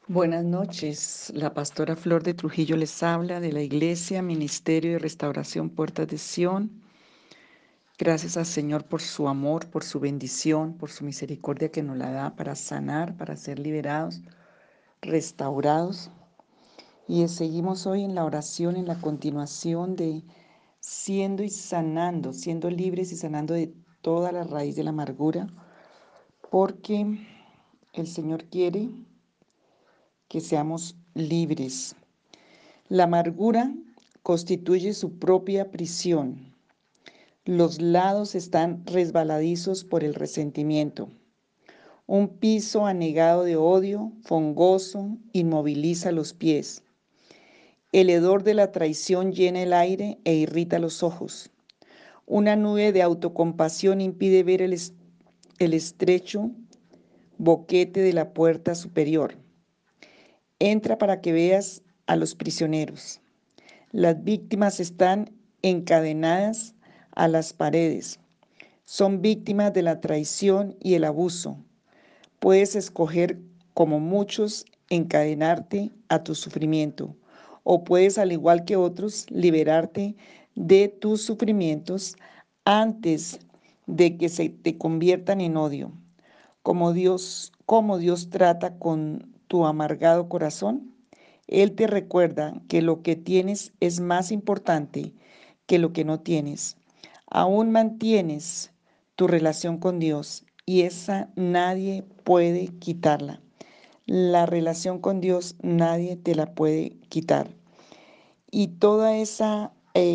Buenas noches, la pastora Flor de Trujillo les habla de la Iglesia Ministerio de Restauración Puertas de Sión. Gracias al Señor por su amor, por su bendición, por su misericordia que nos la da para sanar, para ser liberados, restaurados. Y seguimos hoy en la oración, en la continuación de siendo y sanando, siendo libres y sanando de toda la raíz de la amargura, porque el Señor quiere que seamos libres. La amargura constituye su propia prisión. Los lados están resbaladizos por el resentimiento. Un piso anegado de odio, fongoso, inmoviliza los pies. El hedor de la traición llena el aire e irrita los ojos. Una nube de autocompasión impide ver el estrecho boquete de la puerta superior. Entra para que veas a los prisioneros. Las víctimas están encadenadas a las paredes. Son víctimas de la traición y el abuso. Puedes escoger, como muchos, encadenarte a tu sufrimiento, o puedes, al igual que otros, liberarte de tus sufrimientos antes de que se te conviertan en odio. Cómo Dios trata con tu amargado corazón. Él te recuerda que lo que tienes es más importante que lo que no tienes. Aún mantienes tu relación con Dios y esa nadie puede quitarla. La relación con Dios nadie te la puede quitar. Y toda esa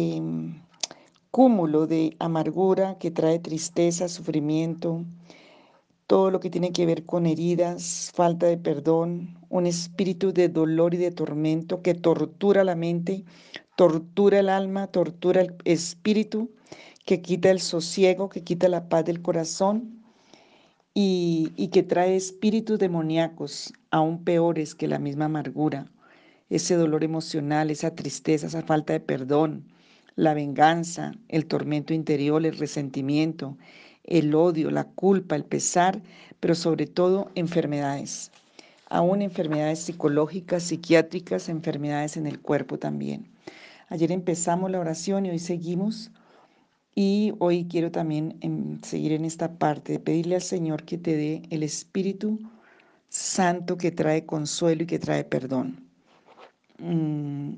cúmulo de amargura que trae tristeza, sufrimiento, todo lo que tiene que ver con heridas, falta de perdón, un espíritu de dolor y de tormento que tortura la mente, tortura el alma, tortura el espíritu, que quita el sosiego, que quita la paz del corazón y que trae espíritus demoníacos aún peores que la misma amargura, ese dolor emocional, esa tristeza, esa falta de perdón, la venganza, el tormento interior, el resentimiento, el odio, la culpa, el pesar, pero sobre todo enfermedades, aún enfermedades psicológicas, psiquiátricas, enfermedades en el cuerpo también. Ayer empezamos la oración y hoy seguimos. Y hoy quiero también seguir en esta parte de pedirle al Señor que te dé el Espíritu Santo que trae consuelo y que trae perdón. Mm,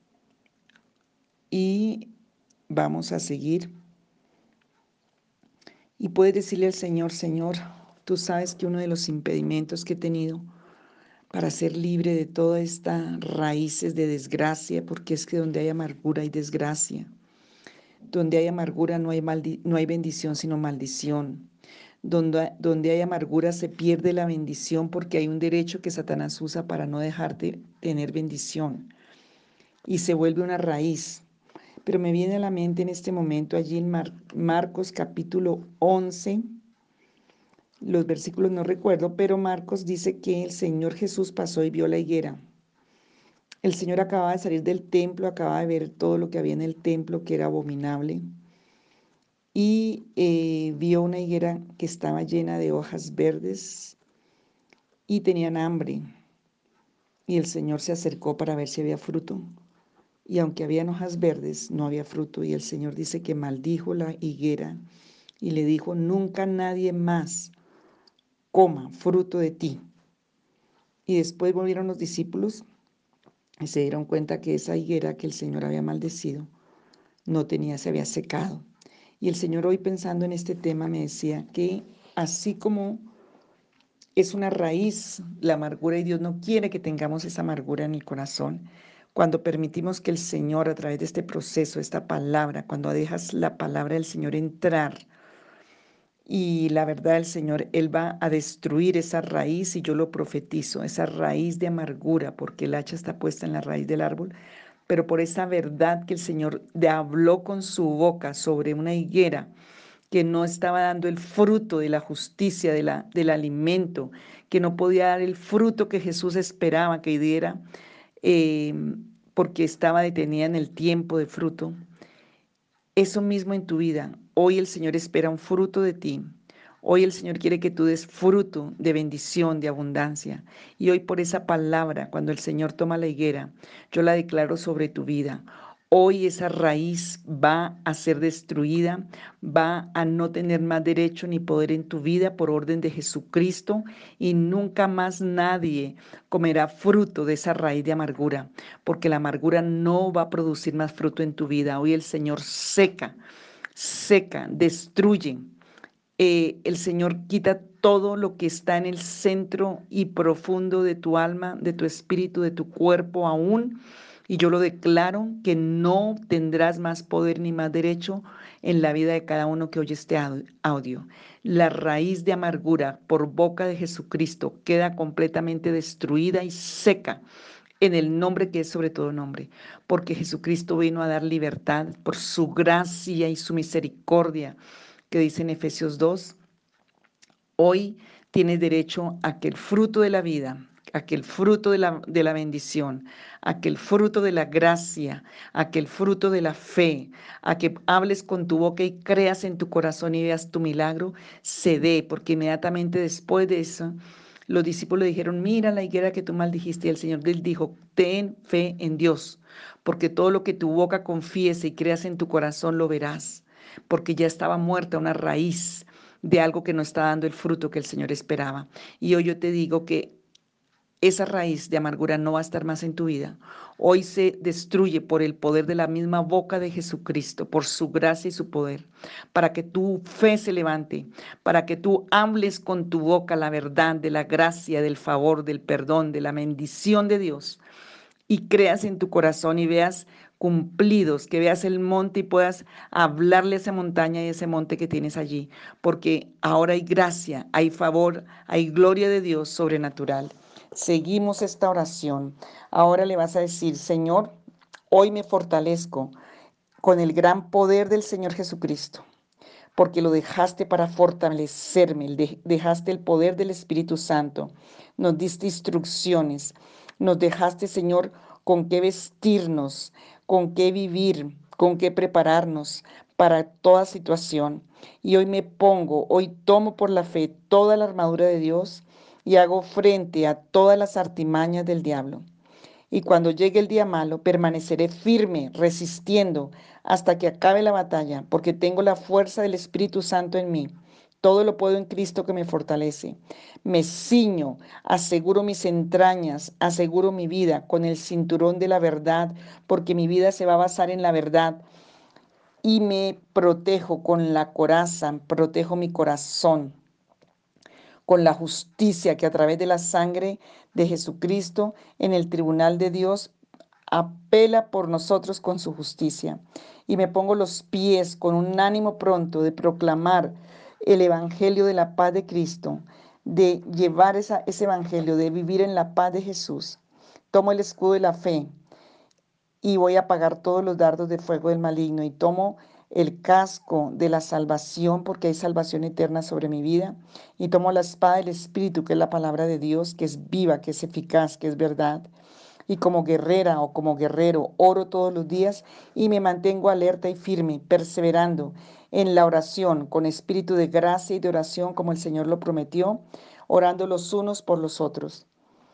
y vamos a seguir. Y puedes decirle al Señor, Señor, tú sabes que uno de los impedimentos que he tenido para ser libre de todas estas raíces de desgracia, porque es que donde hay amargura hay desgracia. Donde hay amargura no hay bendición, sino maldición. Donde hay amargura se pierde la bendición porque hay un derecho que Satanás usa para no dejarte tener bendición y se vuelve una raíz. Pero me viene a la mente en este momento allí en Marcos capítulo 11, los versículos no recuerdo, pero Marcos dice que el Señor Jesús pasó y vio la higuera. El Señor acababa de salir del templo, acababa de ver todo lo que había en el templo que era abominable y vio una higuera que estaba llena de hojas verdes y tenían hambre. Y el Señor se acercó para ver si había fruto. Y aunque habían hojas verdes, no había fruto. Y el Señor dice que maldijo la higuera y le dijo, nunca nadie más coma fruto de ti. Y después volvieron los discípulos y se dieron cuenta que esa higuera que el Señor había maldecido se había secado. Y el Señor hoy pensando en este tema me decía que así como es una raíz la amargura y Dios no quiere que tengamos esa amargura en el corazón, cuando permitimos que el Señor a través de este proceso, esta palabra, cuando dejas la palabra del Señor entrar y la verdad del Señor, Él va a destruir esa raíz y yo lo profetizo, esa raíz de amargura, porque el hacha está puesta en la raíz del árbol, pero por esa verdad que el Señor habló con su boca sobre una higuera que no estaba dando el fruto de la justicia, del alimento, que no podía dar el fruto que Jesús esperaba que diera, eh, porque estaba detenida en el tiempo de fruto. Eso mismo en tu vida. Hoy el Señor espera un fruto de ti, Hoy el Señor quiere que tú des fruto de bendición, de abundancia. Y hoy por esa palabra, cuando el Señor toma la higuera, yo la declaro sobre tu vida. Hoy esa raíz va a ser destruida, va a no tener más derecho ni poder en tu vida por orden de Jesucristo y nunca más nadie comerá fruto de esa raíz de amargura, porque la amargura no va a producir más fruto en tu vida. Hoy el Señor seca, destruye. El Señor quita todo lo que está en el centro y profundo de tu alma, de tu espíritu, de tu cuerpo aún. Y yo lo declaro que no tendrás más poder ni más derecho en la vida de cada uno que oye este audio. La raíz de amargura por boca de Jesucristo queda completamente destruida y seca en el nombre que es sobre todo nombre, porque Jesucristo vino a dar libertad por su gracia y su misericordia, que dice en Efesios 2. Hoy tienes derecho a que el fruto de la vida, a que el fruto de la bendición, a que el fruto de la gracia, a que el fruto de la fe, a que hables con tu boca y creas en tu corazón y veas tu milagro, se dé, porque inmediatamente después de eso, los discípulos dijeron, mira la higuera que tú maldijiste, y el Señor les dijo, ten fe en Dios, porque todo lo que tu boca confiese y creas en tu corazón lo verás, porque ya estaba muerta una raíz de algo que no está dando el fruto que el Señor esperaba. Y hoy yo te digo que esa raíz de amargura no va a estar más en tu vida. Hoy se destruye por el poder de la misma boca de Jesucristo, por su gracia y su poder, para que tu fe se levante, para que tú hables con tu boca la verdad de la gracia, del favor, del perdón, de la bendición de Dios y creas en tu corazón y veas cumplidos, que veas el monte y puedas hablarle a esa montaña y a ese monte que tienes allí, porque ahora hay gracia, hay favor, hay gloria de Dios sobrenatural. Seguimos esta oración. Ahora le vas a decir, Señor, hoy me fortalezco con el gran poder del Señor Jesucristo, porque lo dejaste para fortalecerme, dejaste el poder del Espíritu Santo, nos diste instrucciones, nos dejaste, Señor, con qué vestirnos, con qué vivir, con qué prepararnos para toda situación. Y hoy me pongo, hoy tomo por la fe toda la armadura de Dios y hago frente a todas las artimañas del diablo. Y cuando llegue el día malo, permaneceré firme, resistiendo hasta que acabe la batalla, porque tengo la fuerza del Espíritu Santo en mí. Todo lo puedo en Cristo que me fortalece. Me ciño, aseguro mis entrañas, aseguro mi vida con el cinturón de la verdad, porque mi vida se va a basar en la verdad. Y me protejo con la coraza, protejo mi corazón con la justicia que a través de la sangre de Jesucristo en el tribunal de Dios apela por nosotros con su justicia. Y me pongo los pies con un ánimo pronto de proclamar el Evangelio de la paz de Cristo, de llevar ese Evangelio, de vivir en la paz de Jesús. Tomo el escudo de la fe y voy a apagar todos los dardos de fuego del maligno y tomo el casco de la salvación porque hay salvación eterna sobre mi vida y tomo la espada del Espíritu que es la palabra de Dios que es viva, que es eficaz, que es verdad y como guerrera o como guerrero oro todos los días y me mantengo alerta y firme, perseverando en la oración con espíritu de gracia y de oración como el Señor lo prometió, orando los unos por los otros.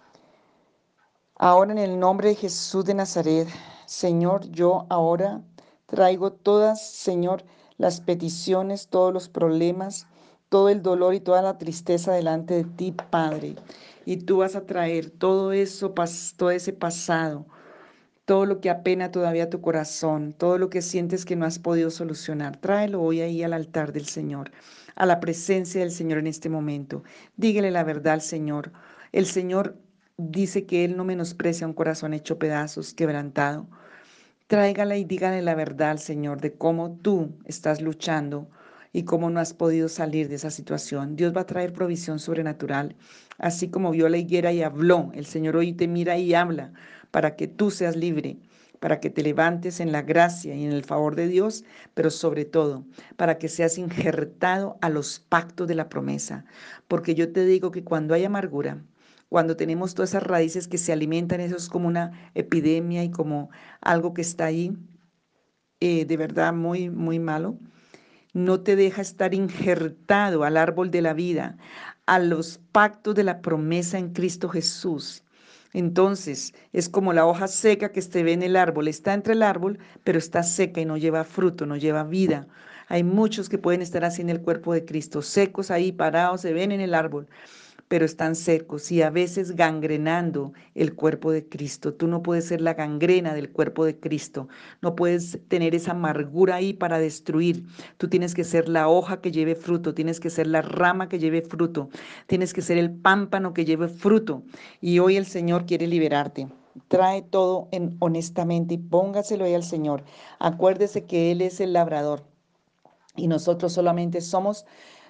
Ahora en el nombre de Jesús de Nazaret, Señor, yo ahora traigo todas, Señor, las peticiones, todos los problemas, todo el dolor y toda la tristeza delante de ti, Padre. Y tú vas a traer todo eso, todo ese pasado, todo lo que apena todavía tu corazón, todo lo que sientes que no has podido solucionar. Tráelo hoy ahí al altar del Señor, a la presencia del Señor en este momento. Dígale la verdad al Señor. El Señor dice que Él no menosprecia un corazón hecho pedazos, quebrantado. Tráigala y dígale la verdad al Señor de cómo tú estás luchando y cómo no has podido salir de esa situación. Dios va a traer provisión sobrenatural, así como vio la higuera y habló. El Señor hoy te mira y habla para que tú seas libre, para que te levantes en la gracia y en el favor de Dios, pero sobre todo para que seas injertado a los pactos de la promesa. Porque yo te digo que cuando hay amargura, cuando tenemos todas esas raíces que se alimentan, eso es como una epidemia y como algo que está ahí, de verdad muy, muy malo. no te deja estar injertado al árbol de la vida, a los pactos de la promesa en Cristo Jesús. Entonces, es como la hoja seca que se ve en el árbol, está entre el árbol, pero está seca y no lleva fruto, no lleva vida. Hay muchos que pueden estar así en el cuerpo de Cristo, secos ahí, parados, se ven en el árbol, pero están secos y a veces gangrenando el cuerpo de Cristo. Tú no puedes ser la gangrena del cuerpo de Cristo. No puedes tener esa amargura ahí para destruir. Tú tienes que ser la hoja que lleve fruto, tienes que ser la rama que lleve fruto, tienes que ser el pámpano que lleve fruto. Y hoy el Señor quiere liberarte. Trae todo honestamente y póngaselo ahí al Señor. Acuérdese que Él es el labrador y nosotros solamente somos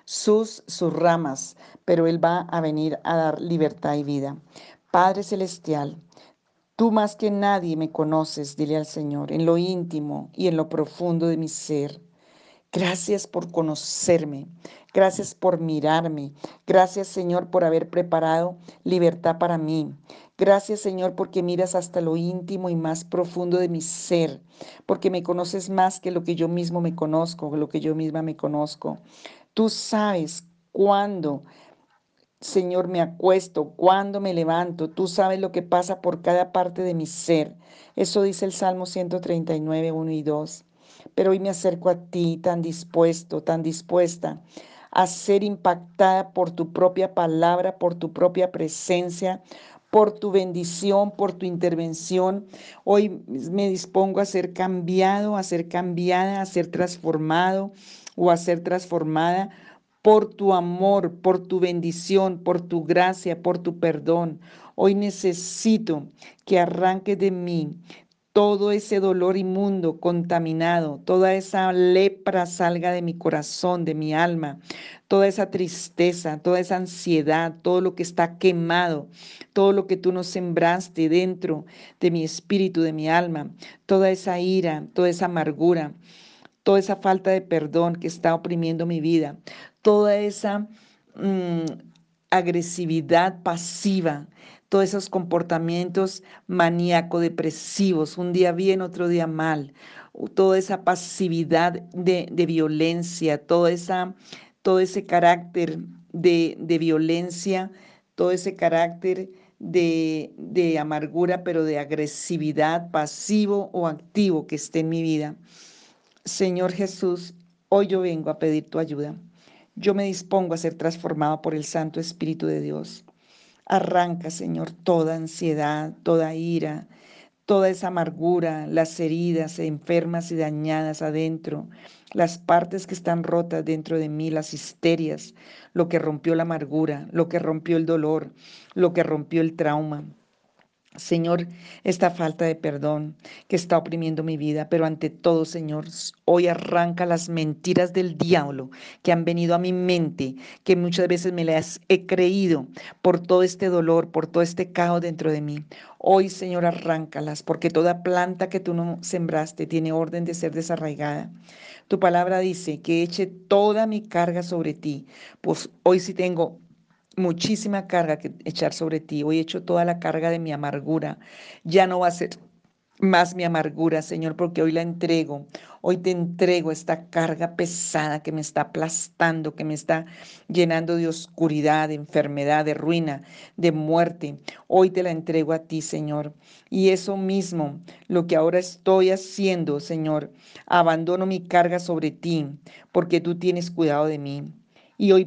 sus ramas, pero Él va a venir a dar libertad y vida. Padre Celestial, tú más que nadie me conoces, dile al Señor, en lo íntimo y en lo profundo de mi ser. Gracias por conocerme, gracias por mirarme, gracias Señor por haber preparado libertad para mí. Gracias Señor porque miras hasta lo íntimo y más profundo de mi ser, porque me conoces más que lo que yo mismo me conozco, lo que yo misma me conozco. Tú sabes cuándo, Señor, me acuesto, cuándo me levanto. Tú sabes lo que pasa por cada parte de mi ser. Eso dice el Salmo 139, 1 y 2. Pero hoy me acerco a ti tan dispuesto, tan dispuesta a ser impactada por tu propia palabra, por tu propia presencia, por tu bendición, por tu intervención. Hoy me dispongo a ser cambiado, a ser cambiada, a ser transformado o a ser transformada por tu amor, por tu bendición, por tu gracia, por tu perdón. Hoy necesito que arranques de mí todo ese dolor inmundo, contaminado, toda esa lepra salga de mi corazón, de mi alma, toda esa tristeza, toda esa ansiedad, todo lo que está quemado, todo lo que tú no sembraste dentro de mi espíritu, de mi alma, toda esa ira, toda esa amargura, toda esa falta de perdón que está oprimiendo mi vida, toda esa mm, agresividad pasiva, todos esos comportamientos maníaco-depresivos, un día bien, otro día mal, toda esa pasividad de violencia, todo ese carácter de violencia, todo ese carácter de amargura, pero de agresividad pasivo o activo que esté en mi vida. Señor Jesús, hoy yo vengo a pedir tu ayuda. Yo me dispongo a ser transformado por el Santo Espíritu de Dios. Arranca, Señor, toda ansiedad, toda ira, toda esa amargura, las heridas enfermas y dañadas adentro, las partes que están rotas dentro de mí, las histerias, lo que rompió la amargura, lo que rompió el dolor, lo que rompió el trauma. Señor, esta falta de perdón que está oprimiendo mi vida, pero ante todo, Señor, hoy arranca las mentiras del diablo que han venido a mi mente, que muchas veces me las he creído por todo este dolor, por todo este caos dentro de mí. Hoy, Señor, arráncalas, porque toda planta que tú no sembraste tiene orden de ser desarraigada. Tu palabra dice que eche toda mi carga sobre ti. Pues hoy sí tengo muchísima carga que echar sobre ti. Hoy echo toda la carga de mi amargura. Ya no va a ser más mi amargura, Señor, porque hoy la entrego. Hoy te entrego esta carga pesada que me está aplastando, que me está llenando de oscuridad, de enfermedad, de ruina, de muerte. Hoy te la entrego a ti, Señor. Y eso mismo, lo que ahora estoy haciendo, Señor, abandono mi carga sobre ti, porque tú tienes cuidado de mí. Y hoy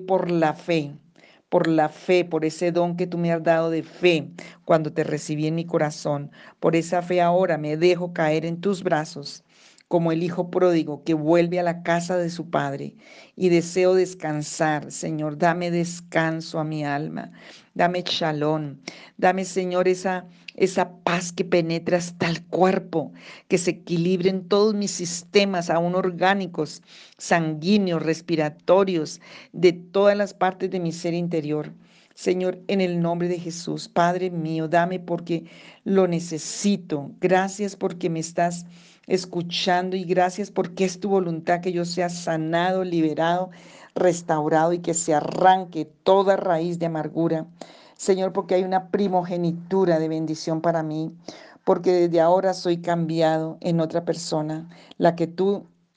por la fe, por ese don que tú me has dado de fe cuando te recibí en mi corazón. Por esa fe ahora me dejo caer en tus brazos como el hijo pródigo que vuelve a la casa de su padre y deseo descansar. Señor, dame descanso a mi alma, dame shalom, dame, Señor, esa paz que penetra hasta el cuerpo, que se equilibren todos mis sistemas, aún orgánicos, sanguíneos, respiratorios, de todas las partes de mi ser interior. Señor, en el nombre de Jesús, Padre mío, dame porque lo necesito. Gracias porque me estás escuchando y gracias porque es tu voluntad que yo sea sanado, liberado, restaurado y que se arranque toda raíz de amargura. Señor, porque hay una primogenitura de bendición para mí, porque desde ahora soy cambiado en otra persona, la que tú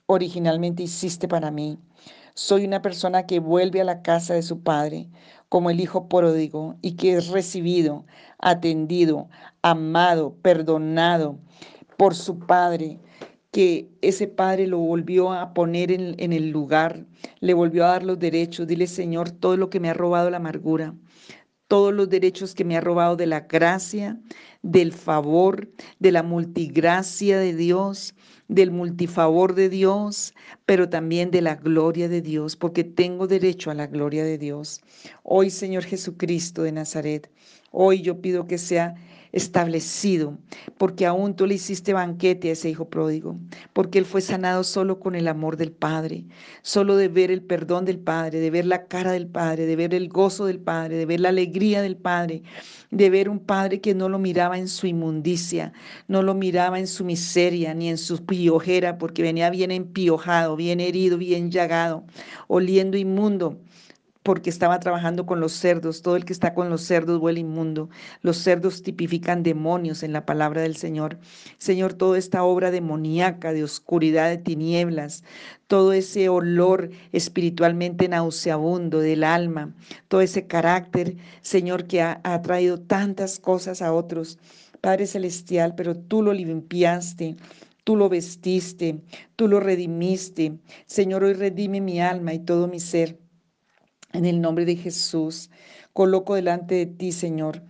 originalmente hiciste para mí. Soy una persona que vuelve a la casa de su padre, como el hijo pródigo, y que es recibido, atendido, amado, perdonado por su padre, que ese padre lo volvió a poner en el lugar, le volvió a dar los derechos. Dile, Señor, todo lo que me ha robado la amargura, todos los derechos que me ha robado de la gracia, del favor, de la multigracia de Dios, del multifavor de Dios, pero también de la gloria de Dios, porque tengo derecho a la gloria de Dios. Hoy, Señor Jesucristo de Nazaret, hoy yo pido que sea establecido, porque aún tú le hiciste banquete a ese hijo pródigo, porque él fue sanado solo con el amor del Padre, solo de ver el perdón del Padre, de ver la cara del Padre, de ver el gozo del Padre, de ver la alegría del Padre, de ver un Padre que no lo miraba en su inmundicia, no lo miraba en su miseria, ni en su piojera, porque venía bien empiojado, bien herido, bien llagado, oliendo inmundo, porque estaba trabajando con los cerdos. Todo el que está con los cerdos huele inmundo. Los cerdos tipifican demonios en la palabra del Señor. Señor, toda esta obra demoníaca, de oscuridad, de tinieblas, todo ese olor espiritualmente nauseabundo del alma, todo ese carácter, Señor, que ha traído tantas cosas a otros. Padre Celestial, pero tú lo limpiaste. Tú lo vestiste, tú lo redimiste. Señor, hoy redime mi alma y todo mi ser. En el nombre de Jesús, coloco delante de ti, Señor,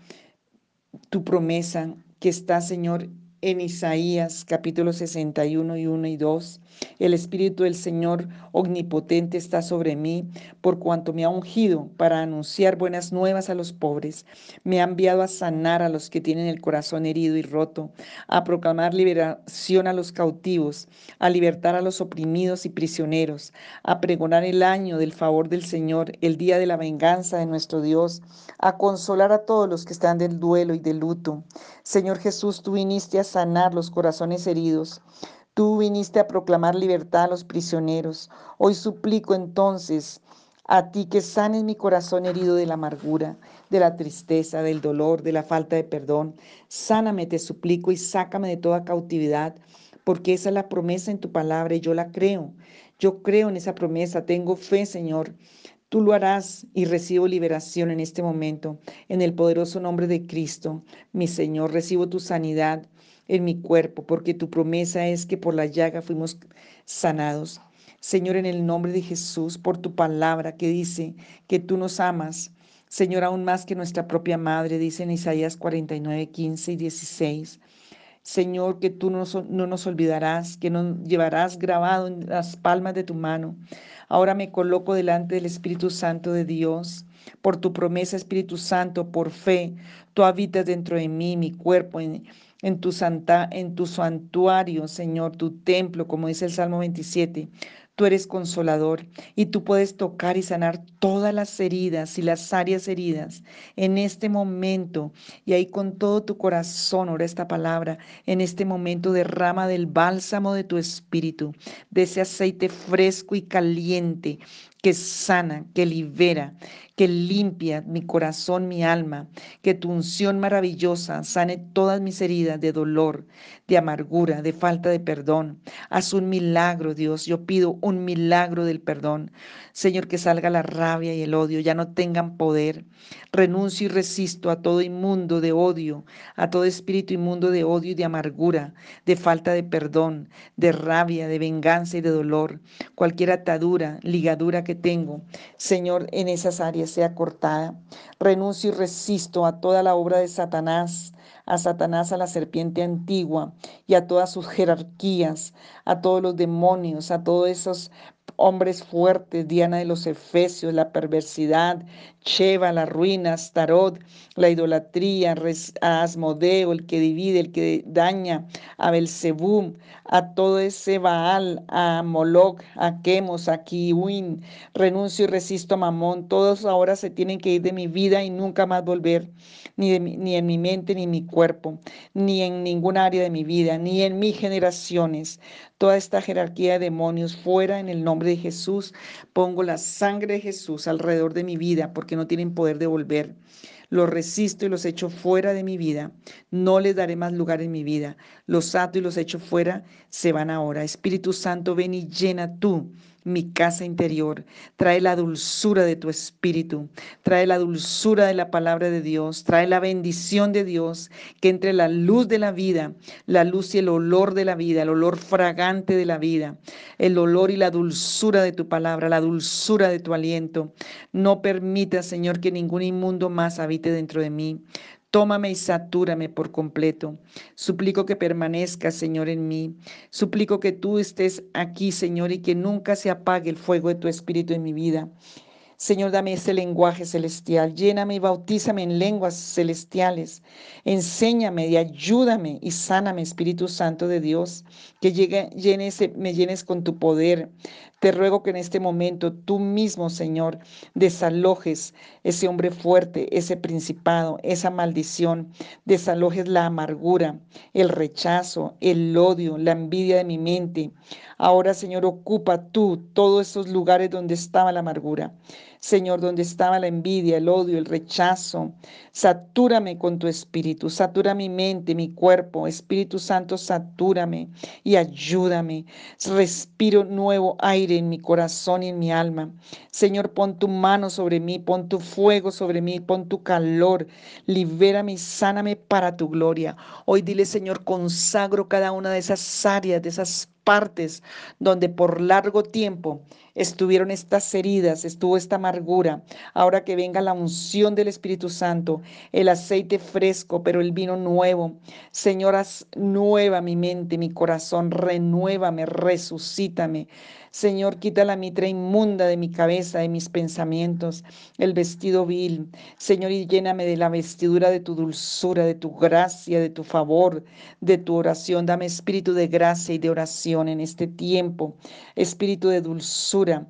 tu promesa que está, Señor, en Isaías capítulo 61 y 1 y 2. El Espíritu del Señor omnipotente está sobre mí, por cuanto me ha ungido para anunciar buenas nuevas a los pobres. Me ha enviado a sanar a los que tienen el corazón herido y roto, a proclamar liberación a los cautivos, a libertar a los oprimidos y prisioneros, a pregonar el año del favor del Señor, el día de la venganza de nuestro Dios, a consolar a todos los que están del duelo y del luto. Señor Jesús, tú viniste a sanar los corazones heridos. Tú viniste a proclamar libertad a los prisioneros. Hoy suplico entonces a ti que sanes mi corazón herido de la amargura, de la tristeza, del dolor, de la falta de perdón. Sáname, te suplico, y sácame de toda cautividad, porque esa es la promesa en tu palabra y yo la creo. Yo creo en esa promesa, tengo fe, Señor. Tú lo harás y recibo liberación en este momento, en el poderoso nombre de Cristo. Mi Señor, recibo tu sanidad en mi cuerpo, porque tu promesa es que por la llaga fuimos sanados. Señor, en el nombre de Jesús, por tu palabra que dice que tú nos amas, Señor, aún más que nuestra propia madre, dice en Isaías 49, 15 y 16. Señor, que tú no nos olvidarás, que nos llevarás grabado en las palmas de tu mano. Ahora me coloco delante del Espíritu Santo de Dios. Por tu promesa, Espíritu Santo, por fe, tú habitas dentro de mí, mi cuerpo, en tu santuario, Señor, tu templo, como dice el Salmo 27. Tú eres consolador y tú puedes tocar y sanar todas las heridas y las áreas heridas en este momento. Y ahí con todo tu corazón, ora esta palabra, en este momento derrama del bálsamo de tu espíritu, de ese aceite fresco y caliente que sana, que libera, que limpia mi corazón, mi alma, que tu unción maravillosa sane todas mis heridas de dolor, de amargura, de falta de perdón. Haz un milagro, Dios. Yo pido un milagro del perdón. Señor, que salga la rabia y el odio, ya no tengan poder. Renuncio y resisto a todo inmundo de odio, a todo espíritu inmundo de odio y de amargura, de falta de perdón, de rabia, de venganza y de dolor. Cualquier atadura, ligadura que tengo, Señor, en esas áreas sea cortada. Renuncio y resisto a toda la obra de Satanás, a la serpiente antigua y a todas sus jerarquías, a todos los demonios, a todos esos hombres fuertes, Diana de los Efesios, la perversidad, Sheba, la ruina, Astarot, la idolatría, a Asmodeo, el que divide, el que daña, a Belzebú, a todo ese Baal, a Moloch, a Chemos, a Kiwin. Renuncio y resisto a Mamón. Todos ahora se tienen que ir de mi vida y nunca más volver, ni en mi mente, ni en mi cuerpo, ni en ningún área de mi vida, ni en mis generaciones. Toda esta jerarquía de demonios fuera en el nombre de Jesús. Pongo la sangre de Jesús alrededor de mi vida porque no tienen poder de volver. Los resisto y los echo fuera de mi vida. No les daré más lugar en mi vida. Los ato y los echo fuera, se van ahora. Espíritu Santo, ven y llena tú mi casa interior. Trae la dulzura de tu espíritu. Trae la dulzura de la palabra de Dios. Trae la bendición de Dios. Que entre la luz de la vida, la luz y el olor de la vida, el olor fragante de la vida, el olor y la dulzura de tu palabra, la dulzura de tu aliento. No permita, Señor, que ningún inmundo más habite dentro de mí. Tómame y satúrame por completo. Suplico que permanezcas, Señor, en mí. Suplico que tú estés aquí, Señor, y que nunca se apague el fuego de tu espíritu en mi vida. Señor, dame ese lenguaje celestial. Lléname y bautízame en lenguas celestiales. Enséñame y ayúdame y sáname, Espíritu Santo de Dios. Que me llenes con tu poder. Te ruego que en este momento tú mismo, Señor, desalojes ese hombre fuerte, ese principado, esa maldición. Desalojes la amargura, el rechazo, el odio, la envidia de mi mente. Ahora, Señor, ocupa tú todos esos lugares donde estaba la amargura. Señor, donde estaba la envidia, el odio, el rechazo. Satúrame con tu espíritu, satura mi mente, mi cuerpo. Espíritu Santo, satúrame y ayúdame. Respiro nuevo aire en mi corazón y en mi alma. Señor, pon tu mano sobre mí, pon tu fuego sobre mí, pon tu calor. Libérame y sáname para tu gloria. Hoy dile, Señor, consagro cada una de esas áreas, de esas partes donde por largo tiempo estuvieron estas heridas, estuvo esta amargura. Ahora que venga la unción del Espíritu Santo, el aceite fresco, pero el vino nuevo. Señor, haz nueva mi mente, mi corazón, renuévame, resucítame. Señor, quita la mitra inmunda de mi cabeza, de mis pensamientos, el vestido vil. Señor, y lléname de la vestidura de tu dulzura, de tu gracia, de tu favor, de tu oración. Dame espíritu de gracia y de oración en este tiempo, espíritu de dulzura,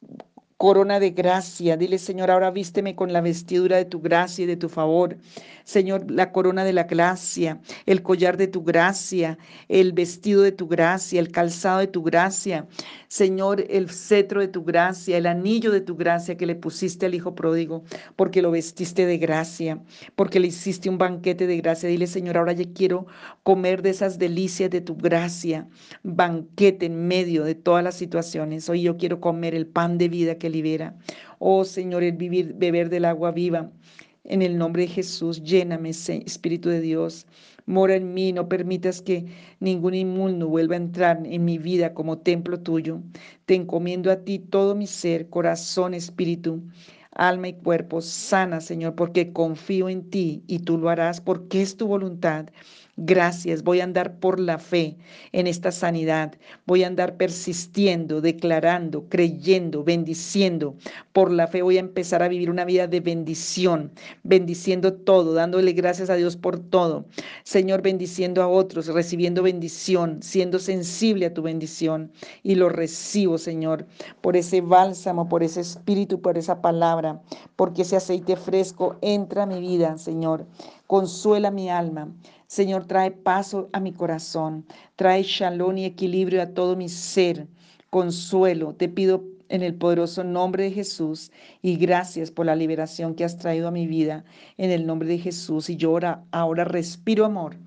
corona de gracia. Dile, Señor, ahora vísteme con la vestidura de tu gracia y de tu favor. Señor, la corona de la gracia, el collar de tu gracia, el vestido de tu gracia, el calzado de tu gracia. Señor, el cetro de tu gracia, el anillo de tu gracia que le pusiste al Hijo pródigo, porque lo vestiste de gracia, porque le hiciste un banquete de gracia. Dile, Señor, ahora ya quiero comer de esas delicias de tu gracia, banquete en medio de todas las situaciones. Hoy yo quiero comer el pan de vida que libera. Oh Señor, el vivir, beber del agua viva. En el nombre de Jesús, lléname, Espíritu de Dios. Mora en mí, no permitas que ningún inmundo vuelva a entrar en mi vida como templo tuyo. Te encomiendo a ti todo mi ser, corazón, espíritu, alma y cuerpo. Sana, Señor, porque confío en ti y tú lo harás porque es tu voluntad. Gracias, voy a andar por la fe en esta sanidad. Voy a andar persistiendo, declarando, creyendo, bendiciendo. Por la fe voy a empezar a vivir una vida de bendición, bendiciendo todo, dándole gracias a Dios por todo. Señor, bendiciendo a otros, recibiendo bendición, siendo sensible a tu bendición. Y lo recibo, Señor, por ese bálsamo, por ese espíritu, por esa palabra, porque ese aceite fresco entra a mi vida, Señor. Consuela mi alma. Señor, trae paso a mi corazón, trae shalom y equilibrio a todo mi ser, consuelo. Te pido en el poderoso nombre de Jesús y gracias por la liberación que has traído a mi vida en el nombre de Jesús. Y yo ahora respiro amor,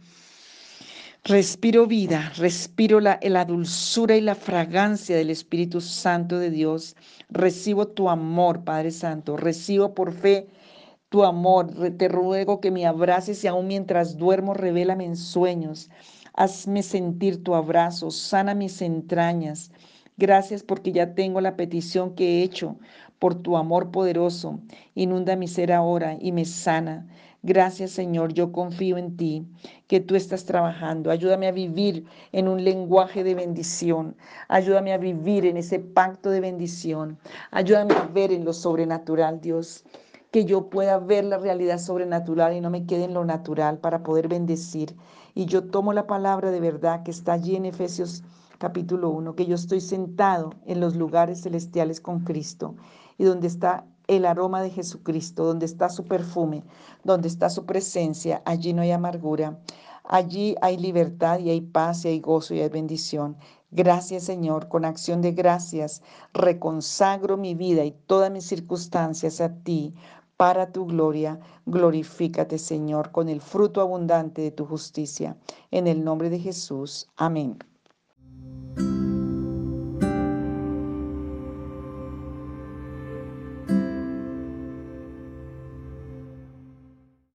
respiro vida, respiro la dulzura y la fragancia del Espíritu Santo de Dios. Recibo tu amor, Padre Santo, recibo por fe tu amor. Te ruego que me abraces y aún mientras duermo, revélame en sueños. Hazme sentir tu abrazo, sana mis entrañas. Gracias porque ya tengo la petición que he hecho por tu amor poderoso. Inunda mi ser ahora y me sana. Gracias, Señor, yo confío en ti, que tú estás trabajando. Ayúdame a vivir en un lenguaje de bendición. Ayúdame a vivir en ese pacto de bendición. Ayúdame a ver en lo sobrenatural, Dios, que yo pueda ver la realidad sobrenatural y no me quede en lo natural para poder bendecir. Y yo tomo la palabra de verdad que está allí en Efesios capítulo 1, que yo estoy sentado en los lugares celestiales con Cristo y donde está el aroma de Jesucristo, donde está su perfume, donde está su presencia, allí no hay amargura, allí hay libertad y hay paz y hay gozo y hay bendición. Gracias, Señor, con acción de gracias reconsagro mi vida y todas mis circunstancias a ti para tu gloria. Glorifícate, Señor, con el fruto abundante de tu justicia. En el nombre de Jesús. Amén.